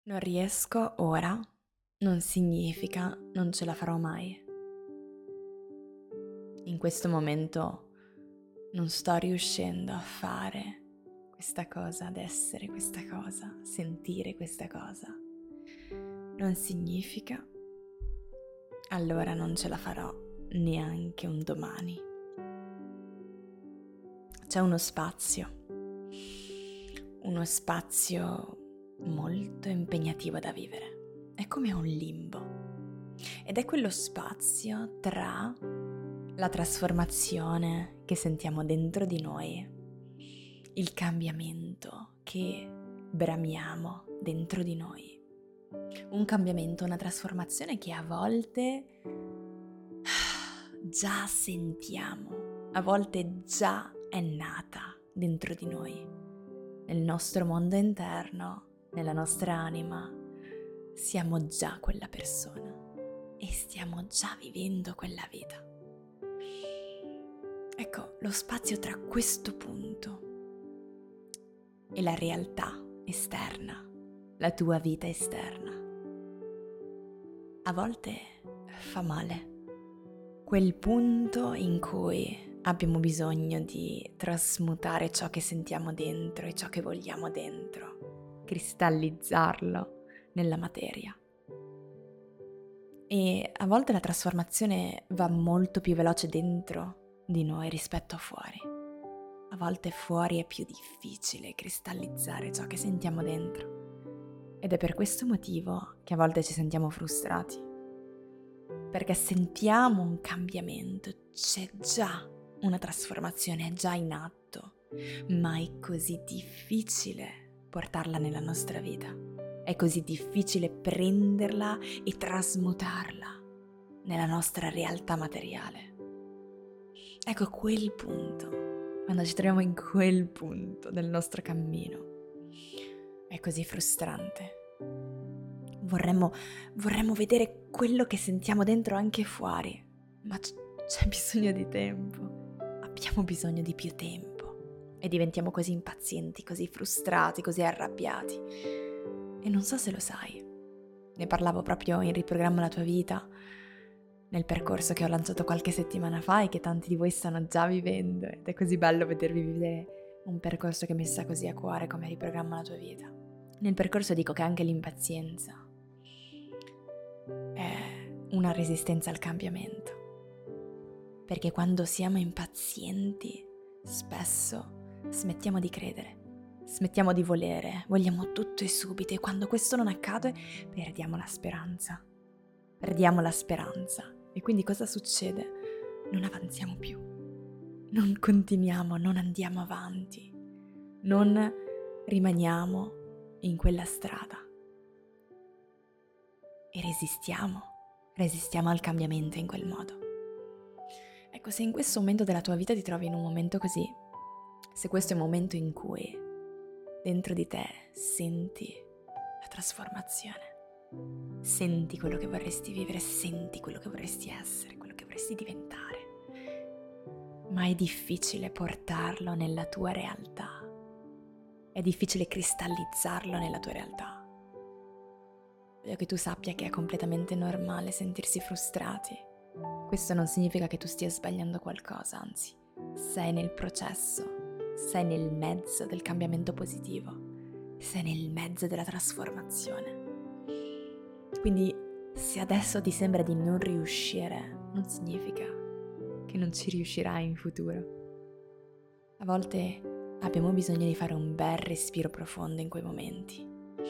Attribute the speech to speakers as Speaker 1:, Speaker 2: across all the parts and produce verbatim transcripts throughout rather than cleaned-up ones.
Speaker 1: Non riesco ora non significa non ce la farò mai. In questo momento non sto riuscendo a fare questa cosa, ad essere questa cosa, sentire questa cosa. Non significa allora non ce la farò neanche un domani. C'è uno spazio, uno spazio molto impegnativo da vivere. È come un limbo. Ed è quello spazio tra la trasformazione che sentiamo dentro di noi, il cambiamento che bramiamo dentro di noi. Un cambiamento, una trasformazione che a volte già sentiamo, a volte già è nata dentro di noi, nel nostro mondo interno, nella nostra anima. Siamo già quella persona e stiamo già vivendo quella vita. Ecco, lo spazio tra questo punto e la realtà esterna, la tua vita esterna, a volte fa male. Quel punto in cui abbiamo bisogno di trasmutare ciò che sentiamo dentro e ciò che vogliamo dentro, cristallizzarlo nella materia. E a volte la trasformazione va molto più veloce dentro di noi rispetto a fuori. A volte fuori è più difficile cristallizzare ciò che sentiamo dentro. Ed è per questo motivo che a volte ci sentiamo frustrati. Perché sentiamo un cambiamento, c'è già una trasformazione, è già in atto, ma è così difficile portarla nella nostra vita. È così difficile prenderla e trasmutarla nella nostra realtà materiale. Ecco quel punto, quando ci troviamo in quel punto del nostro cammino, è così frustrante. Vorremmo, vorremmo vedere quello che sentiamo dentro anche fuori, ma c- c'è bisogno di tempo, abbiamo bisogno di più tempo e diventiamo così impazienti, così frustrati, così arrabbiati. E non so se lo sai, ne parlavo proprio in Riprogramma la tua vita, nel percorso che ho lanciato qualche settimana fa e che tanti di voi stanno già vivendo, ed è così bello vedervi vivere un percorso che mi sta così a cuore come Riprogramma la tua vita. Nel percorso dico che anche l'impazienza è una resistenza al cambiamento, perché quando siamo impazienti spesso smettiamo di credere. Smettiamo di volere, vogliamo tutto e subito, e quando questo non accade perdiamo la speranza. Perdiamo la speranza e quindi cosa succede? Non avanziamo più, non continuiamo, non andiamo avanti, non rimaniamo in quella strada e resistiamo, resistiamo al cambiamento in quel modo. Ecco, se in questo momento della tua vita ti trovi in un momento così, se questo è il momento in cui dentro di te senti la trasformazione, senti quello che vorresti vivere, senti quello che vorresti essere, quello che vorresti diventare, ma è difficile portarlo nella tua realtà, è difficile cristallizzarlo nella tua realtà. Voglio che tu sappia che è completamente normale sentirsi frustrati. Questo non significa che tu stia sbagliando qualcosa, anzi, sei nel processo. Sei nel mezzo del cambiamento positivo, sei nel mezzo della trasformazione. Quindi se adesso ti sembra di non riuscire, non significa che non ci riuscirai in futuro. A volte abbiamo bisogno di fare un bel respiro profondo in quei momenti.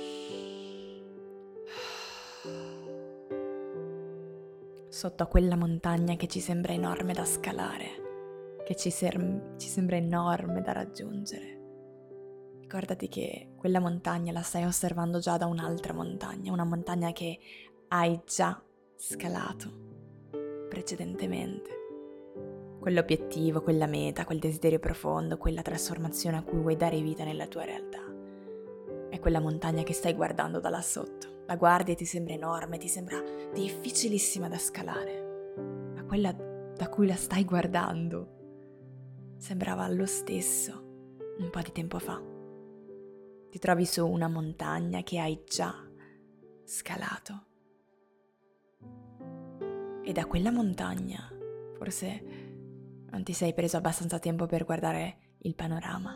Speaker 1: Sotto a quella montagna che ci sembra enorme da scalare, che ci, ser- ci sembra enorme da raggiungere. Ricordati che quella montagna la stai osservando già da un'altra montagna, una montagna che hai già scalato precedentemente. Quell'obiettivo, quella meta, quel desiderio profondo, quella trasformazione a cui vuoi dare vita nella tua realtà. È quella montagna che stai guardando da là sotto. La guardi e ti sembra enorme, ti sembra difficilissima da scalare. Ma quella da cui la stai guardando sembrava lo stesso un po' di tempo fa. Ti trovi su una montagna che hai già scalato. E da quella montagna forse non ti sei preso abbastanza tempo per guardare il panorama.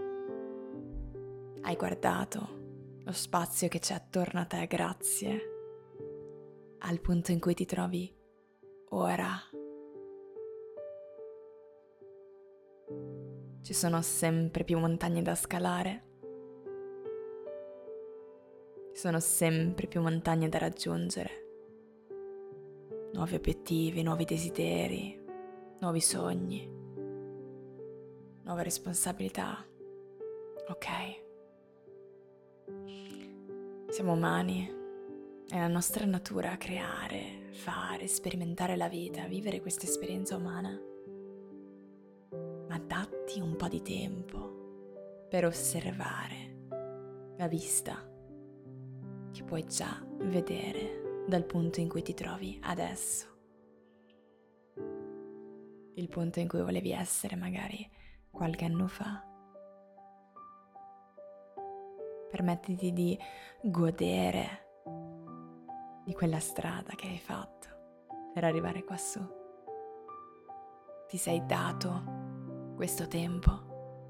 Speaker 1: Hai guardato lo spazio che c'è attorno a te grazie al punto in cui ti trovi ora. Ci sono sempre più montagne da scalare. Ci sono sempre più montagne da raggiungere. Nuovi obiettivi, nuovi desideri, nuovi sogni, nuove responsabilità. Ok. Siamo umani, è la nostra natura creare, fare, sperimentare la vita, vivere questa esperienza umana. Ma datti un po' di tempo per osservare la vista che puoi già vedere dal punto in cui ti trovi adesso. Il punto in cui volevi essere magari qualche anno fa. Permettiti di godere di quella strada che hai fatto per arrivare qua su. Ti sei dato questo tempo.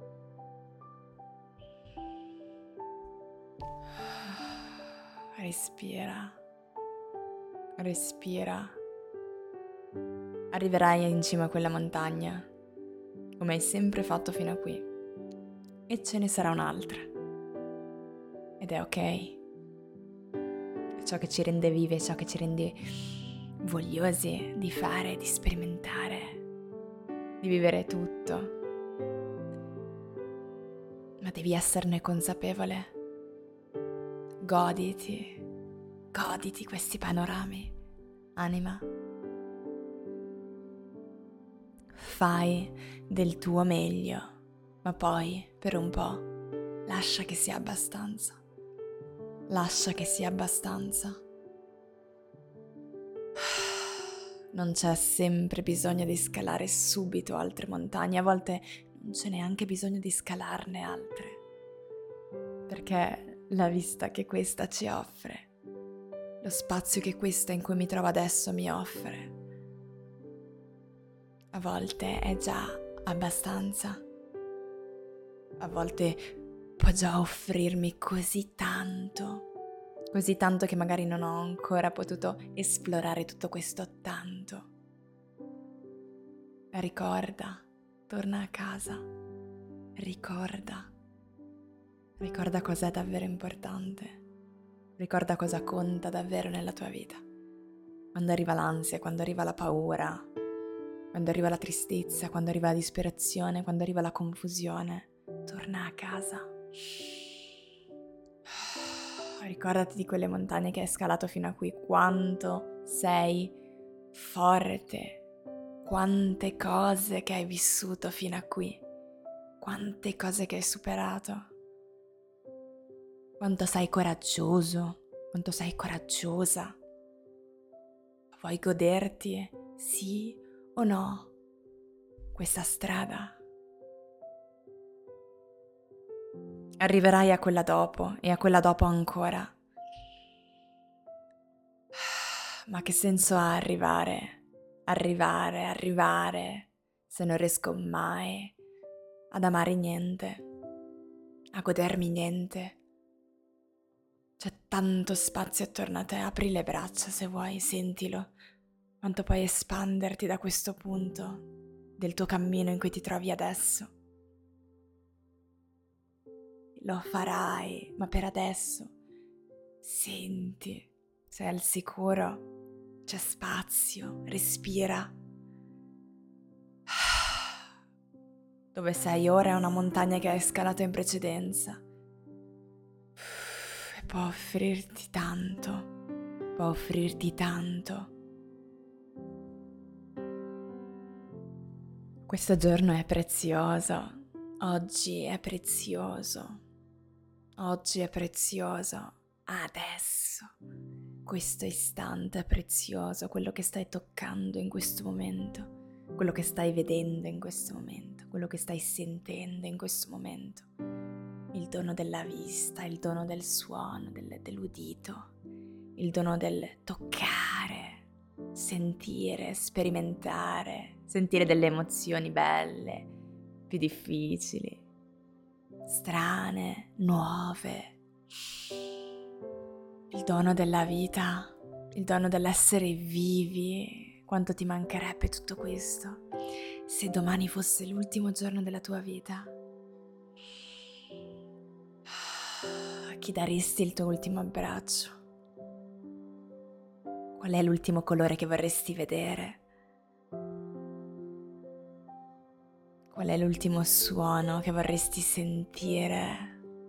Speaker 1: Respira. Respira. Arriverai in cima a quella montagna, come hai sempre fatto fino a qui. E ce ne sarà un'altra. Ed è ok. È ciò che ci rende vive, è ciò che ci rende vogliosi di fare, di sperimentare, di vivere tutto. Ma devi esserne consapevole. Goditi, goditi questi panorami, anima. Fai del tuo meglio, ma poi, per un po', lascia che sia abbastanza. Lascia che sia abbastanza. Non c'è sempre bisogno di scalare subito altre montagne, a volte non c'è neanche bisogno di scalarne altre, perché la vista che questa ci offre, lo spazio che questa in cui mi trovo adesso mi offre, a volte è già abbastanza. A volte può già offrirmi così tanto, così tanto che magari non ho ancora potuto esplorare tutto questo tanto. Ricorda, torna a casa, ricorda, ricorda cos'è davvero importante, ricorda cosa conta davvero nella tua vita. Quando arriva l'ansia, quando arriva la paura, quando arriva la tristezza, quando arriva la disperazione, quando arriva la confusione, torna a casa. Ricordati di quelle montagne che hai scalato fino a qui, quanto sei forte, quante cose che hai vissuto fino a qui, quante cose che hai superato, quanto sei coraggioso, quanto sei coraggiosa. Vuoi goderti, sì o no, questa strada? Arriverai a quella dopo e a quella dopo ancora. Ma che senso ha arrivare, arrivare, arrivare, se non riesco mai ad amare niente, a godermi niente? C'è tanto spazio attorno a te, apri le braccia se vuoi, sentilo, quanto puoi espanderti da questo punto del tuo cammino in cui ti trovi adesso. Lo farai, ma per adesso senti, sei al sicuro, c'è spazio, respira. Dove sei ora è una montagna che hai scalato in precedenza e può offrirti tanto, può offrirti tanto. Questo giorno è prezioso, oggi è prezioso. Oggi è prezioso, adesso, questo istante è prezioso, quello che stai toccando in questo momento, quello che stai vedendo in questo momento, quello che stai sentendo in questo momento, il dono della vista, il dono del suono, del, dell'udito, il dono del toccare, sentire, sperimentare, sentire delle emozioni belle, più difficili, strane, nuove. Il dono della vita, il dono dell'essere vivi. Quanto ti mancherebbe tutto questo se domani fosse l'ultimo giorno della tua vita? A chi daresti il tuo ultimo abbraccio? Qual è l'ultimo colore che vorresti vedere? Qual è l'ultimo suono che vorresti sentire?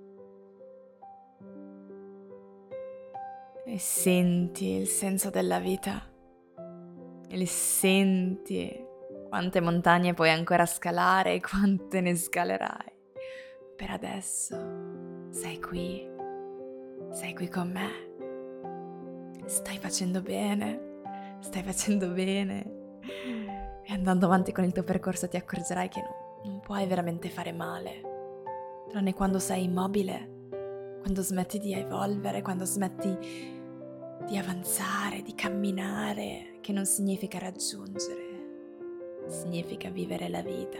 Speaker 1: E senti il senso della vita? E senti quante montagne puoi ancora scalare e quante ne scalerai. Per adesso sei qui, sei qui con me. Stai facendo bene, stai facendo bene. E andando avanti con il tuo percorso ti accorgerai che no, non puoi veramente fare male. Tranne quando sei immobile, quando smetti di evolvere, quando smetti di avanzare, di camminare, che non significa raggiungere, significa vivere la vita,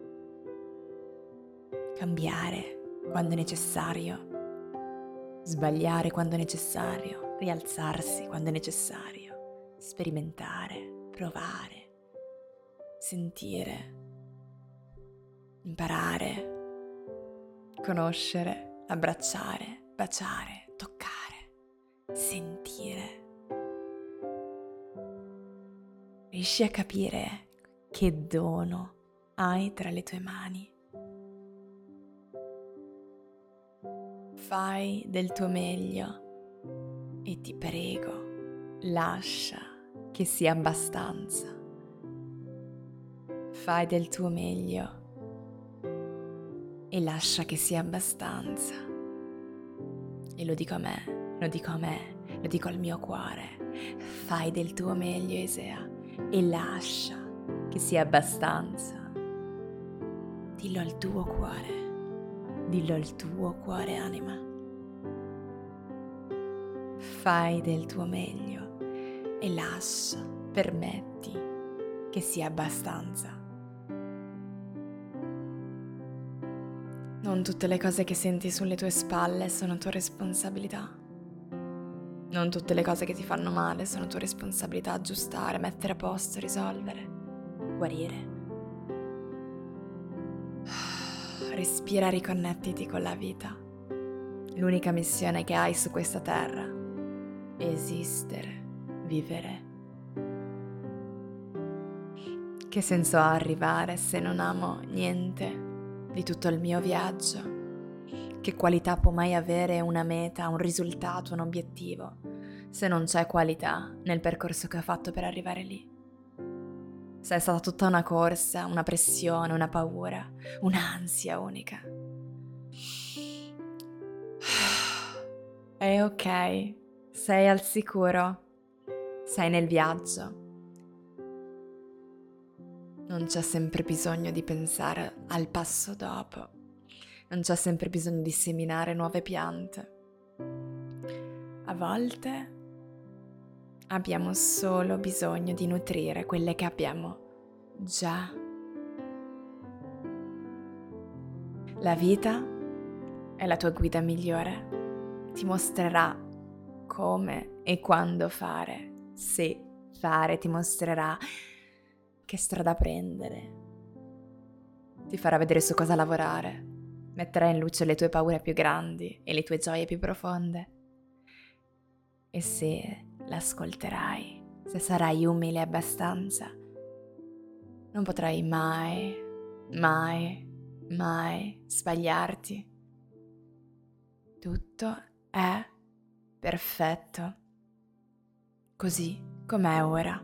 Speaker 1: cambiare quando è necessario, sbagliare quando è necessario, rialzarsi quando è necessario, sperimentare, provare, sentire, imparare, conoscere, abbracciare, baciare, toccare, sentire. Riesci a capire che dono hai tra le tue mani? Fai del tuo meglio e ti prego, lascia che sia abbastanza. Fai del tuo meglio e lascia che sia abbastanza. E lo dico a me. Lo dico a me, lo dico al mio cuore. Fai del tuo meglio, Isea, e lascia che sia abbastanza. Dillo al tuo cuore, dillo al tuo cuore, anima. Fai del tuo meglio e lascia, permetti che sia abbastanza. Non tutte le cose che senti sulle tue spalle sono tua responsabilità. Non tutte le cose che ti fanno male sono tua responsabilità. Aggiustare, mettere a posto, risolvere, guarire. Respira, riconnettiti con la vita. L'unica missione che hai su questa terra è esistere, vivere. Che senso ha arrivare se non amo niente di tutto il mio viaggio? Che qualità può mai avere una meta, un risultato, un obiettivo, se non c'è qualità nel percorso che ho fatto per arrivare lì? Se è stata tutta una corsa, una pressione, una paura, un'ansia unica. È ok, sei al sicuro, sei nel viaggio. Non c'è sempre bisogno di pensare al passo dopo. Non c'è sempre bisogno di seminare nuove piante. A volte abbiamo solo bisogno di nutrire quelle che abbiamo già. La vita è la tua guida migliore. Ti mostrerà come e quando fare. Se fare, ti mostrerà che strada prendere. Ti farà vedere su cosa lavorare. Metterà in luce le tue paure più grandi e le tue gioie più profonde. E se l'ascolterai, se sarai umile abbastanza, non potrai mai, mai, mai sbagliarti. Tutto è perfetto, così com'è ora.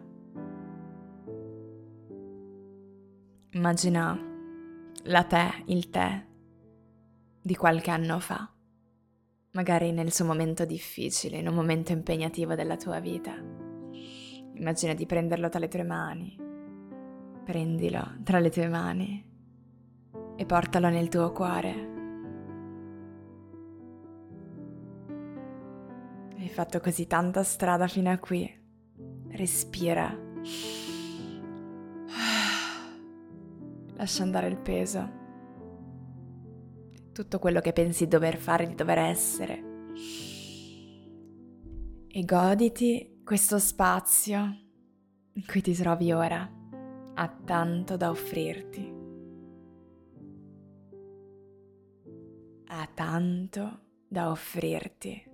Speaker 1: Immagina la te, il te di qualche anno fa, magari nel suo momento difficile, in un momento impegnativo della tua vita. Immagina di prenderlo tra le tue mani, prendilo tra le tue mani e portalo nel tuo cuore. E fatto così tanta strada fino a qui. Respira. Lascia andare il peso. Tutto quello che pensi di dover fare, di dover essere. E goditi questo spazio in cui ti trovi ora. Ha tanto da offrirti. Ha tanto da offrirti.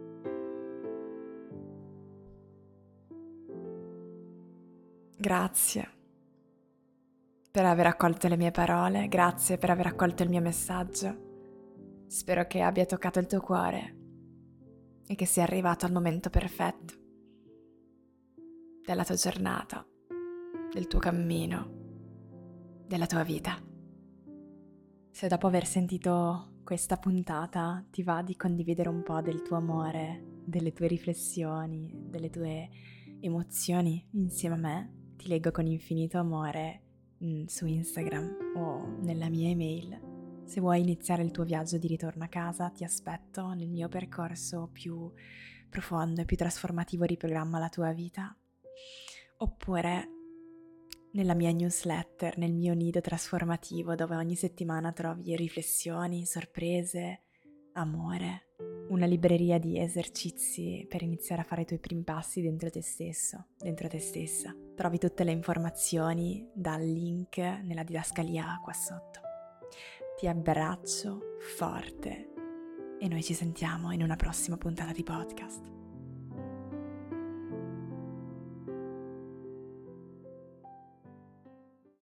Speaker 1: Grazie per aver accolto le mie parole, grazie per aver accolto il mio messaggio. Spero che abbia toccato il tuo cuore e che sia arrivato al momento perfetto della tua giornata, del tuo cammino, della tua vita. Se dopo aver sentito questa puntata ti va di condividere un po' del tuo amore, delle tue riflessioni, delle tue emozioni insieme a me, ti leggo con infinito amore mh, su Instagram o nella mia email. Se vuoi iniziare il tuo viaggio di ritorno a casa, ti aspetto nel mio percorso più profondo e più trasformativo Riprogramma la tua vita. Oppure nella mia newsletter, nel mio nido trasformativo, dove ogni settimana trovi riflessioni, sorprese, amore, una libreria di esercizi per iniziare a fare i tuoi primi passi dentro te stesso, dentro te stessa. Trovi tutte le informazioni dal link nella didascalia qua sotto. Ti abbraccio forte e noi ci sentiamo in una prossima puntata di podcast.